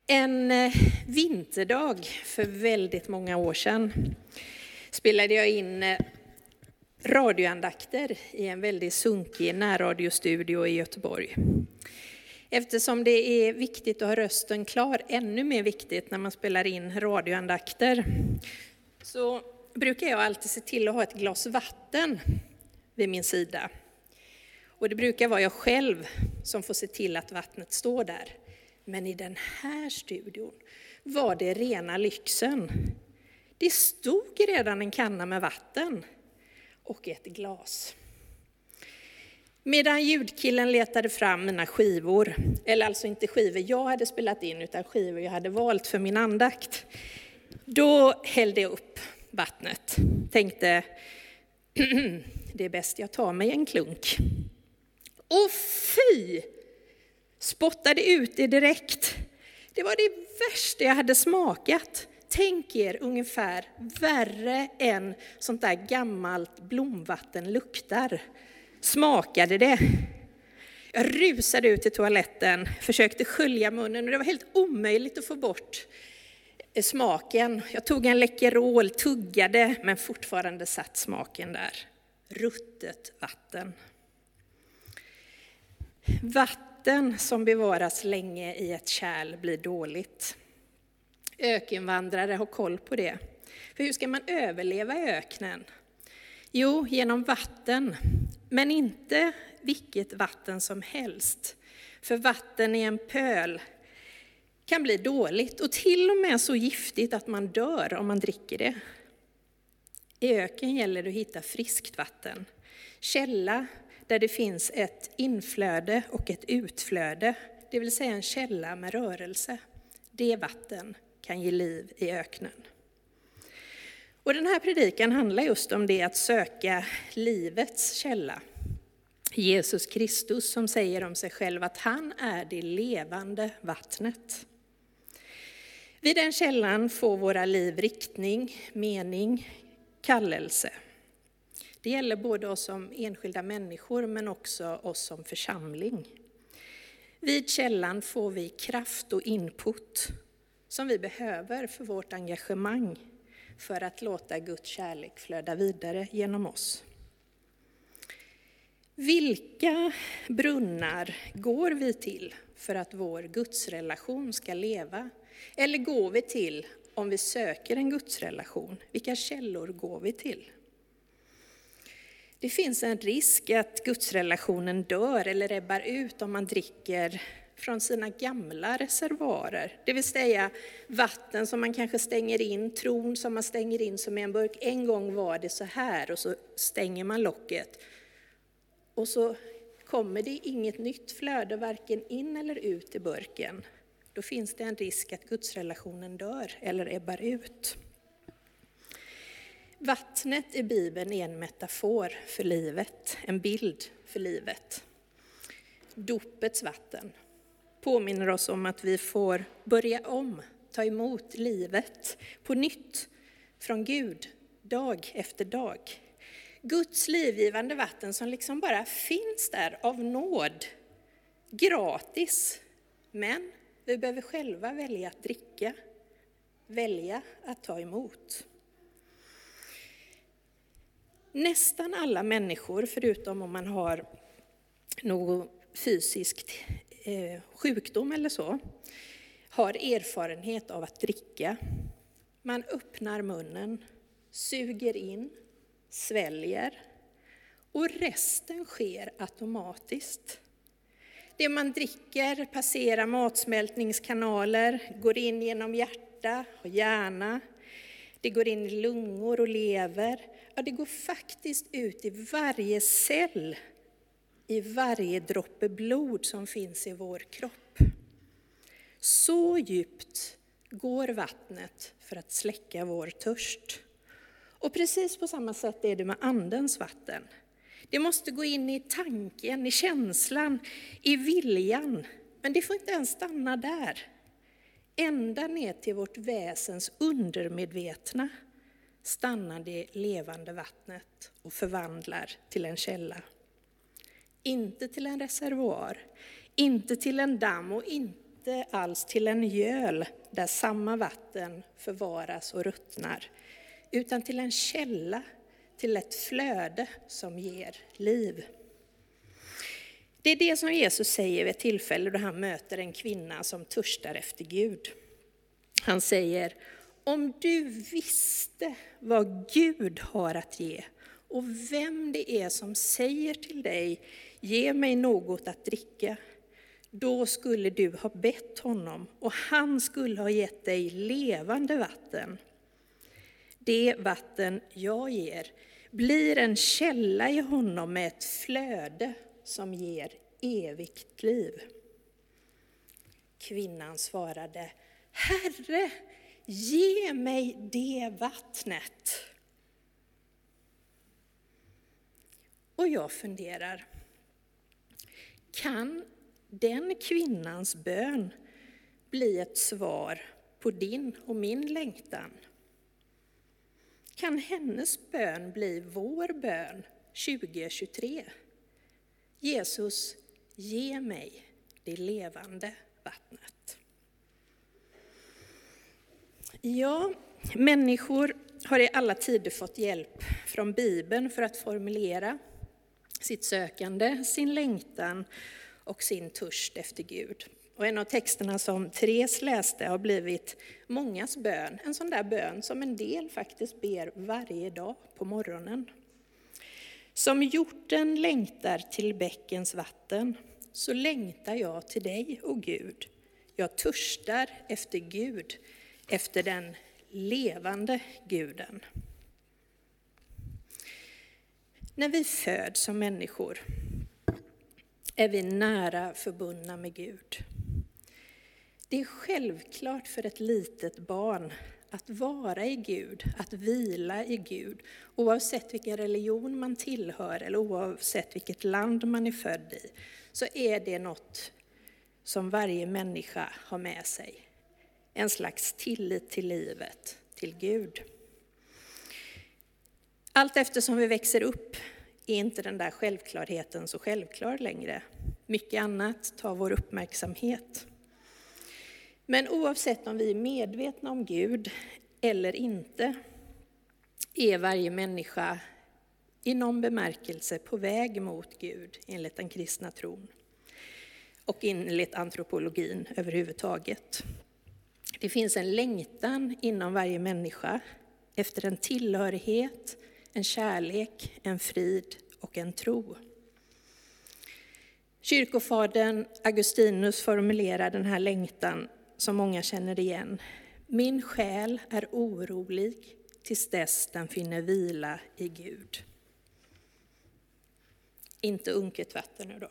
En vinterdag för väldigt många år sedan spelade jag in radioandakter i en väldigt sunkig närradiostudio i Göteborg. Eftersom det är viktigt att ha rösten klar, ännu mer viktigt när man spelar in radioandakter, så brukar jag alltid se till att ha ett glas vatten vid min sida. Och det brukar vara jag själv som får se till att vattnet står där. Men i den här studion var det rena lyxen. Det stod redan en kanna med vatten och ett glas. Medan ljudkillen letade fram mina skivor, eller alltså inte skivor jag hade spelat in utan skivor jag hade valt för min andakt, då hällde jag upp vattnet. Tänkte, det är bäst jag tar mig en klunk. Och fy! Spottade ut det direkt. Det var det värsta jag hade smakat. Tänk er ungefär värre än sånt där gammalt blomvatten luktar. Smakade det. Jag rusade ut till toaletten, försökte skölja munnen och det var helt omöjligt att få bort smaken. Jag tog en Läkerol, tuggade, men fortfarande satt smaken där. Ruttet vatten. Vatten som bevaras länge i ett kärl blir dåligt. Ökenvandrare har koll på det. För hur ska man överleva i öknen? Jo, genom vatten. Men inte vilket vatten som helst. För vatten i en pöl kan bli dåligt och till och med så giftigt att man dör om man dricker det. I öken gäller det att hitta friskt vatten. Källa där det finns ett inflöde och ett utflöde, det vill säga en källa med rörelse. Det vatten kan ge liv i öknen. Och den här predikan handlar just om det, att söka livets källa. Jesus Kristus som säger om sig själv att han är det levande vattnet. Vid den källan får våra liv riktning, mening, kallelse. Det gäller både oss som enskilda människor men också oss som församling. Vid källan får vi kraft och input som vi behöver för vårt engagemang för att låta Guds kärlek flöda vidare genom oss. Vilka brunnar går vi till för att vår gudsrelation ska leva? Eller går vi till om vi söker en gudsrelation? Vilka källor går vi till? Det finns en risk att gudsrelationen dör eller ebbar ut om man dricker från sina gamla reservoarer. Det vill säga vatten som man kanske stänger in, tron som man stänger in som i en burk. En gång var det så här och så stänger man locket. Och så kommer det inget nytt flöde varken in eller ut i burken. Då finns det en risk att gudsrelationen dör eller ebbar ut. Vattnet i Bibeln är en metafor för livet, en bild för livet. Dopets vatten påminner oss om att vi får börja om, ta emot livet på nytt från Gud, dag efter dag. Guds livgivande vatten som liksom bara finns där av nåd, gratis. Men vi behöver själva välja att dricka, välja att ta emot. Nästan alla människor, förutom om man har någon fysisk sjukdom eller så, har erfarenhet av att dricka. Man öppnar munnen, suger in, sväljer och resten sker automatiskt. Det man dricker passerar matsmältningskanaler, går in genom hjärta och hjärna. Det går in i lungor och lever. Ja, det går faktiskt ut i varje cell, i varje droppe blod som finns i vår kropp. Så djupt går vattnet för att släcka vår törst. Och precis på samma sätt är det med andens vatten. Det måste gå in i tanken, i känslan, i viljan. Men det får inte ens stanna där. Ända ner till vårt väsens undermedvetna stannar det levande vattnet och förvandlar till en källa. Inte till en reservoar, inte till en damm och inte inte alls till en göl där samma vatten förvaras och ruttnar, utan till en källa, till ett flöde som ger liv. Det är det som Jesus säger vid ett tillfälle då han möter en kvinna som törstar efter Gud. Han säger: om du visste vad Gud har att ge och vem det är som säger till dig, ge mig något att dricka, då skulle du ha bett honom och han skulle ha gett dig levande vatten. Det vatten jag ger blir en källa i honom med ett flöde som ger evigt liv. Kvinnan svarade: Herre, ge mig det vattnet. Och jag funderar, kan den kvinnans bön bli ett svar på din och min längtan? Kan hennes bön bli vår bön 2023? Jesus, ge mig det levande vattnet. Ja, människor har i alla tider fått hjälp från Bibeln för att formulera sitt sökande, sin längtan och sin törst efter Gud. Och en av texterna som Therese läste har blivit mångas bön. En sån där bön som en del faktiskt ber varje dag på morgonen. Som hjorten längtar till bäckens vatten, så längtar jag till dig, o Gud. Jag törstar efter Gud, efter den levande Guden. När vi föds som människor är vi nära förbundna med Gud. Det är självklart för ett litet barn att vara i Gud, att vila i Gud, oavsett vilken religion man tillhör eller oavsett vilket land man är född i, så är det något som varje människa har med sig. En slags tillit till livet, till Gud. Allt eftersom vi växer upp är inte den där självklarheten så självklar längre. Mycket annat tar vår uppmärksamhet. Men oavsett om vi är medvetna om Gud eller inte, är varje människa i någon bemärkelse på väg mot Gud enligt den kristna tron och enligt antropologin överhuvudtaget. Det finns en längtan inom varje människa efter en tillhörighet, en kärlek, en frid och en tro. Kyrkofadern Augustinus formulerar den här längtan som många känner igen. Min själ är orolig tills dess den finner vila i Gud. Inte unket vatten nu då.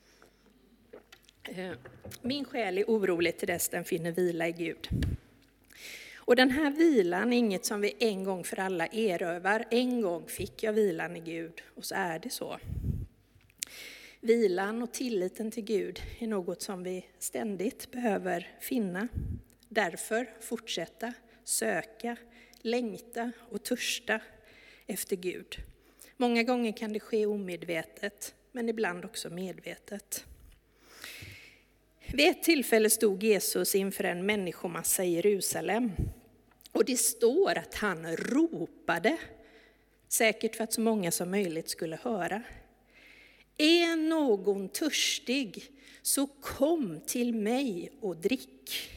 Min själ är orolig till dess den finner vila i Gud. Och den här vilan är inget som vi en gång för alla erövar. En gång fick jag vilan i Gud och så är det så. Vilan och tilliten till Gud är något som vi ständigt behöver finna. Därför fortsätta, söka, längta och törsta efter Gud. Många gånger kan det ske omedvetet, men ibland också medvetet. Vid ett tillfälle stod Jesus inför en människomassa i Jerusalem. Och det står att han ropade, säkert för att så många som möjligt skulle höra. Är någon törstig, så kom till mig och drick.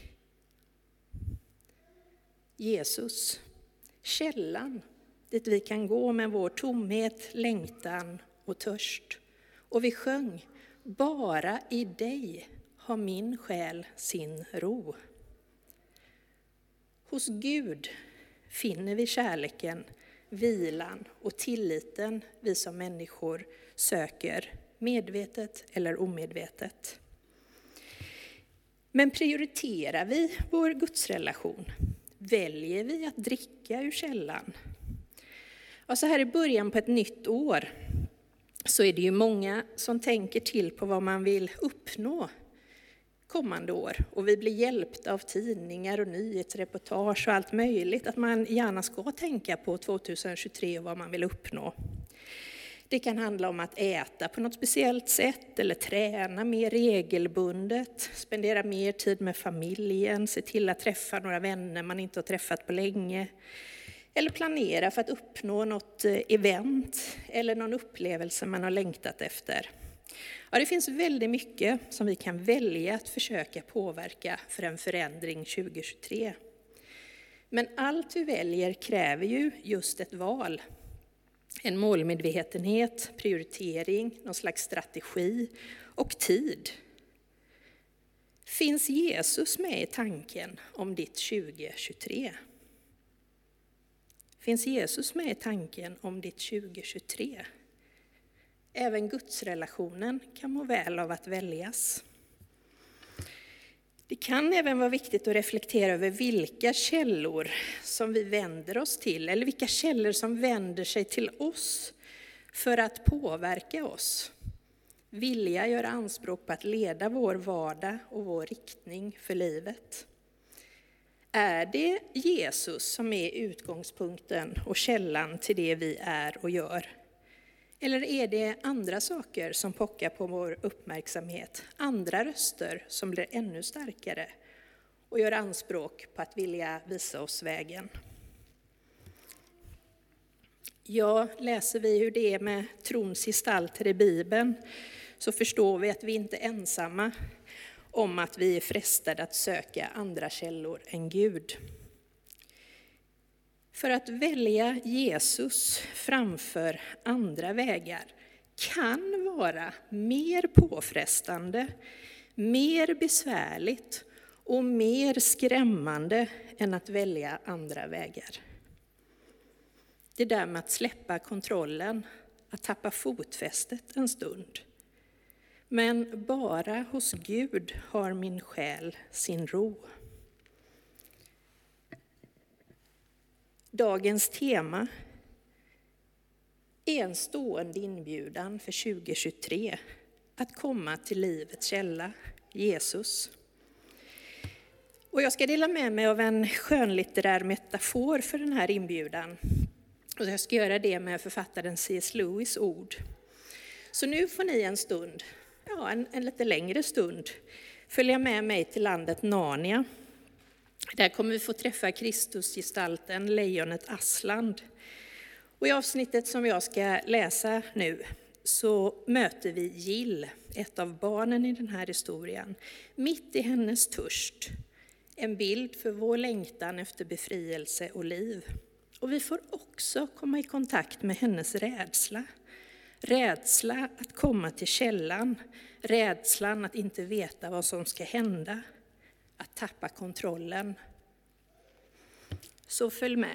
Jesus, källan dit vi kan gå med vår tomhet, längtan och törst. Och vi sjöng, bara i dig har min själ sin ro. Hos Gud finner vi kärleken, vilan och tilliten vi som människor söker, medvetet eller omedvetet. Men prioriterar vi vår gudsrelation? Väljer vi att dricka ur källan? Och så här i början på ett nytt år så är det ju många som tänker till på vad man vill uppnå kommande år. Och vi blir hjälpta av tidningar och nyhetsreportage och allt möjligt. Att man gärna ska tänka på 2023 och vad man vill uppnå. Det kan handla om att äta på något speciellt sätt eller träna mer regelbundet, spendera mer tid med familjen, se till att träffa några vänner man inte har träffat på länge. Eller planera för att uppnå något event eller någon upplevelse man har längtat efter. Ja, det finns väldigt mycket som vi kan välja att försöka påverka för en förändring 2023. Men allt vi väljer kräver ju just ett val. En målmedvetenhet, prioritering, någon slags strategi och tid. Finns Jesus med i tanken om ditt 2023? Finns Jesus med i tanken om ditt 2023? Även gudsrelationen kan må väl av att väljas. Det kan även vara viktigt att reflektera över vilka källor som vi vänder oss till, eller vilka källor som vänder sig till oss för att påverka oss. Vilja göra anspråk på att leda vår vardag och vår riktning för livet. Är det Jesus som är utgångspunkten och källan till det vi är och gör? Eller är det andra saker som pockar på vår uppmärksamhet? Andra röster som blir ännu starkare och gör anspråk på att vilja visa oss vägen? Ja, läser vi hur det är med trons gestalter i Bibeln så förstår vi att vi inte är ensamma om att vi är frestade att söka andra källor än Gud. För att välja Jesus framför andra vägar kan vara mer påfrestande, mer besvärligt och mer skrämmande än att välja andra vägar. Det där med att släppa kontrollen, att tappa fotfästet en stund. Men bara hos Gud har min själ sin ro. Dagens tema är en stående inbjudan för 2023 att komma till livets källa, Jesus. Och jag ska dela med mig av en skönlitterär metafor för den här inbjudan. Och jag ska göra det med författaren C.S. Lewis ord. Så nu får ni en stund, en lite längre stund, följa med mig till landet Narnia. Där kommer vi få träffa Kristusgestalten, lejonet Asland. Och i avsnittet som jag ska läsa nu så möter vi Jill, ett av barnen i den här historien, mitt i hennes törst. En bild för vår längtan efter befrielse och liv. Och vi får också komma i kontakt med hennes rädsla. Rädsla att komma till källan. Rädslan att inte veta vad som ska hända. Att tappa kontrollen. Så följ med.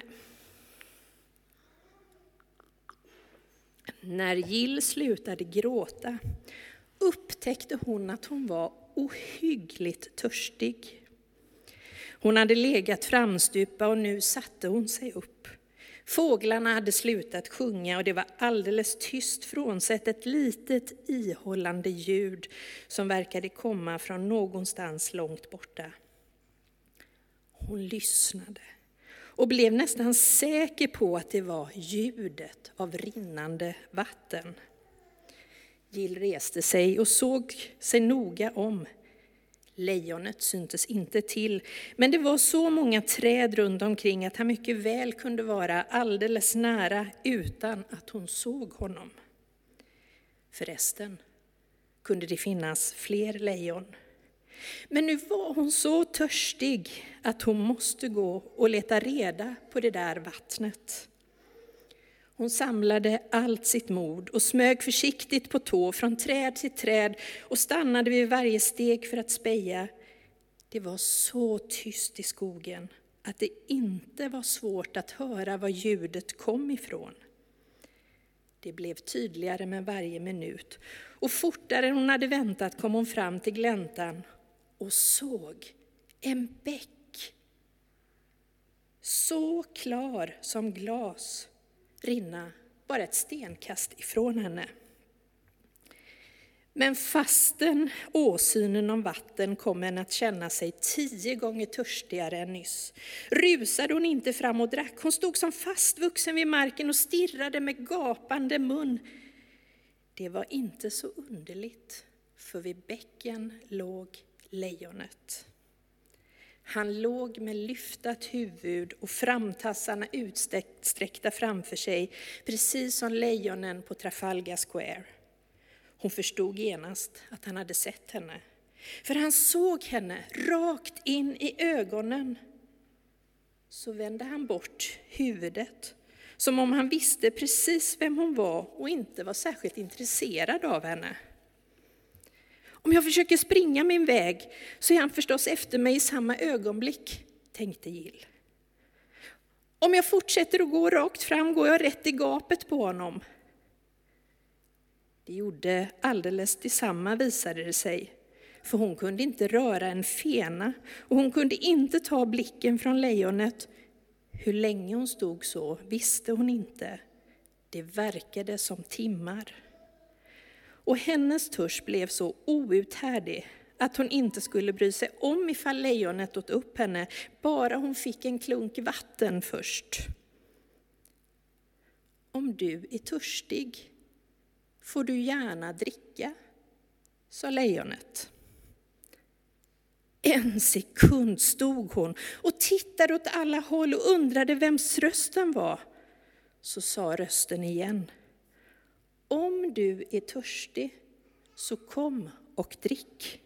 När Jill slutade gråta upptäckte hon att hon var ohyggligt törstig. Hon hade legat framstupa och nu satte hon sig upp. Fåglarna hade slutat sjunga och det var alldeles tyst frånsett ett litet ihållande ljud som verkade komma från någonstans långt borta. Hon lyssnade och blev nästan säker på att det var ljudet av rinnande vatten. Jill reste sig och såg sig noga om. Lejonet syntes inte till, men det var så många träd runt omkring att han mycket väl kunde vara alldeles nära utan att hon såg honom. Förresten kunde det finnas fler lejon. Men nu var hon så törstig att hon måste gå och leta reda på det där vattnet. Hon samlade allt sitt mod och smög försiktigt på tå från träd till träd och stannade vid varje steg för att speja. Det var så tyst i skogen att det inte var svårt att höra var ljudet kom ifrån. Det blev tydligare med varje minut och fortare än hon hade väntat kom hon fram till gläntan och såg en bäck. Så klar som glas. Rinna bara ett stenkast ifrån henne. Men fastän åsynen om vatten kom henne att känna sig 10 gånger törstigare än nyss. Rusade hon inte fram och drack. Hon stod som fastvuxen vid marken och stirrade med gapande mun. Det var inte så underligt, för vid bäcken låg lejonet. Han låg med lyftat huvud och framtassarna utsträckta framför sig, precis som lejonen på Trafalgar Square. Hon förstod genast att han hade sett henne, för han såg henne rakt in i ögonen. Så vände han bort huvudet, som om han visste precis vem hon var och inte var särskilt intresserad av henne. Om jag försöker springa min väg så är han förstås efter mig i samma ögonblick, tänkte Jill. Om jag fortsätter att gå rakt fram går jag rätt i gapet på honom. Det gjorde alldeles detsamma, visade det sig. För hon kunde inte röra en fena och hon kunde inte ta blicken från lejonet. Hur länge hon stod så visste hon inte. Det verkade som timmar. Och hennes törst blev så outhärdlig att hon inte skulle bry sig om ifall lejonet åt upp henne, bara hon fick en klunk vatten först. Om du är törstig får du gärna dricka, sa lejonet. En sekund stod hon och tittade åt alla håll och undrade vems rösten var. Så sa rösten igen. Om du är törstig så kom och drick.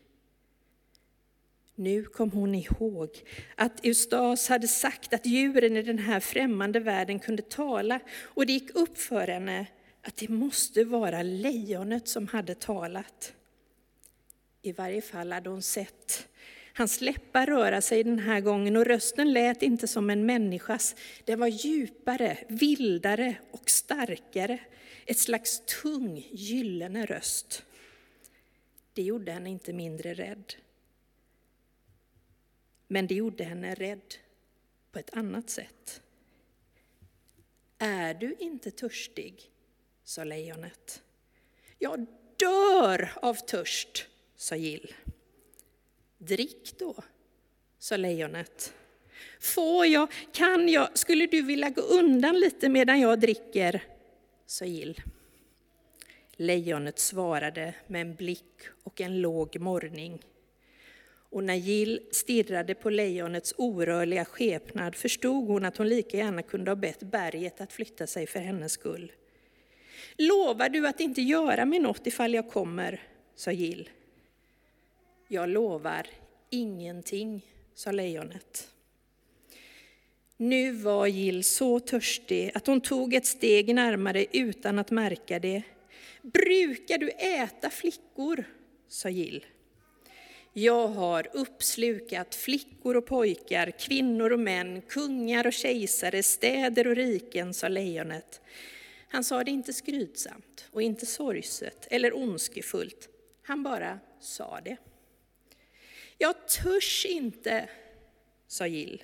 Nu kom hon ihåg att Eustas hade sagt att djuren i den här främmande världen kunde tala, och det gick upp för henne att det måste vara lejonet som hade talat. I varje fall hade hon sett hans läppar röra sig den här gången, och rösten lät inte som en människas. Den var djupare, vildare och starkare. Ett slags tung, gyllene röst. Det gjorde henne inte mindre rädd. Men det gjorde henne rädd på ett annat sätt. Är du inte törstig, sa lejonet. Jag dör av törst, sa Jill. Drick då, sa lejonet. Får jag, kan jag, skulle du vilja gå undan lite medan jag dricker, sa Jill. Lejonet svarade med en blick och en låg morrning. Och när Jill stirrade på lejonets orörliga skepnad förstod hon att hon lika gärna kunde ha bett berget att flytta sig för hennes skull. Lovar du att inte göra mig något ifall jag kommer, sa Jill. Jag lovar ingenting, sa lejonet. Nu var Jill så törstig att hon tog ett steg närmare utan att märka det. Brukar du äta flickor, sa Jill. Jag har uppslukat flickor och pojkar, kvinnor och män, kungar och kejsare, städer och riken, sa lejonet. Han sa det inte skrytsamt och inte sorgset eller ondskefullt. Han bara sa det. Jag törs inte, sa Jill.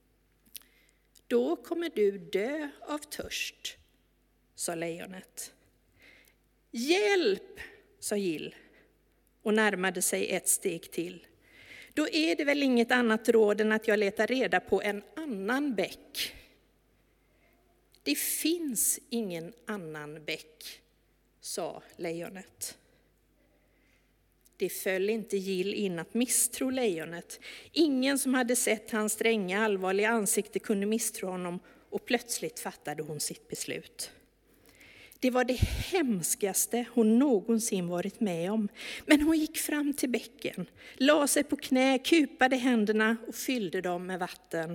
Då kommer du dö av törst, sa lejonet. Hjälp, sa Jill och närmade sig ett steg till. Då är det väl inget annat råd än att jag letar reda på en annan bäck. Det finns ingen annan bäck, sa lejonet. Det föll inte Jill in att misstro lejonet. Ingen som hade sett hans stränga, allvarliga ansikte kunde misstro honom, och plötsligt fattade hon sitt beslut. Det var det hemskaste hon någonsin varit med om. Men hon gick fram till bäcken, la sig på knä, kupade händerna och fyllde dem med vatten.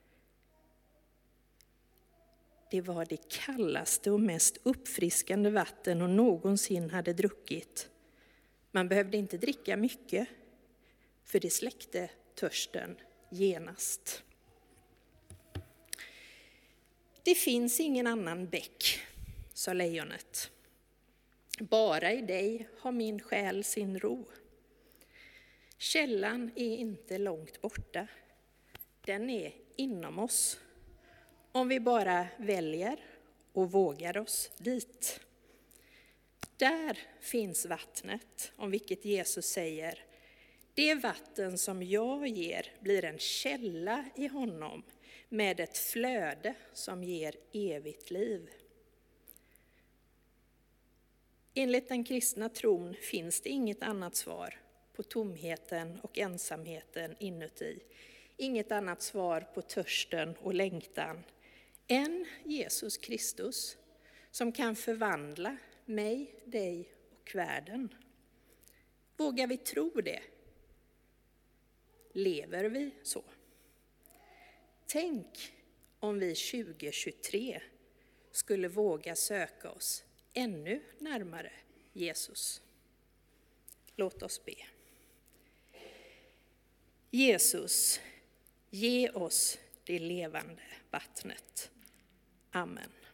Det var det kallaste och mest uppfriskande vatten hon någonsin hade druckit. Man behövde inte dricka mycket, för det släckte törsten genast. Det finns ingen annan bäck, sa lejonet. Bara i dig har min själ sin ro. Källan är inte långt borta. Den är inom oss. Om vi bara väljer och vågar oss dit. Där finns vattnet om vilket Jesus säger: det vatten som jag ger blir en källa i honom med ett flöde som ger evigt liv. Enligt den kristna tron finns det inget annat svar på tomheten och ensamheten inuti. Inget annat svar på törsten och längtan än Jesus Kristus, som kan förvandla mig, dig och världen. Vågar vi tro det? Lever vi så? Tänk om vi 2023 skulle våga söka oss ännu närmare Jesus. Låt oss be. Jesus, ge oss det levande vattnet. Amen.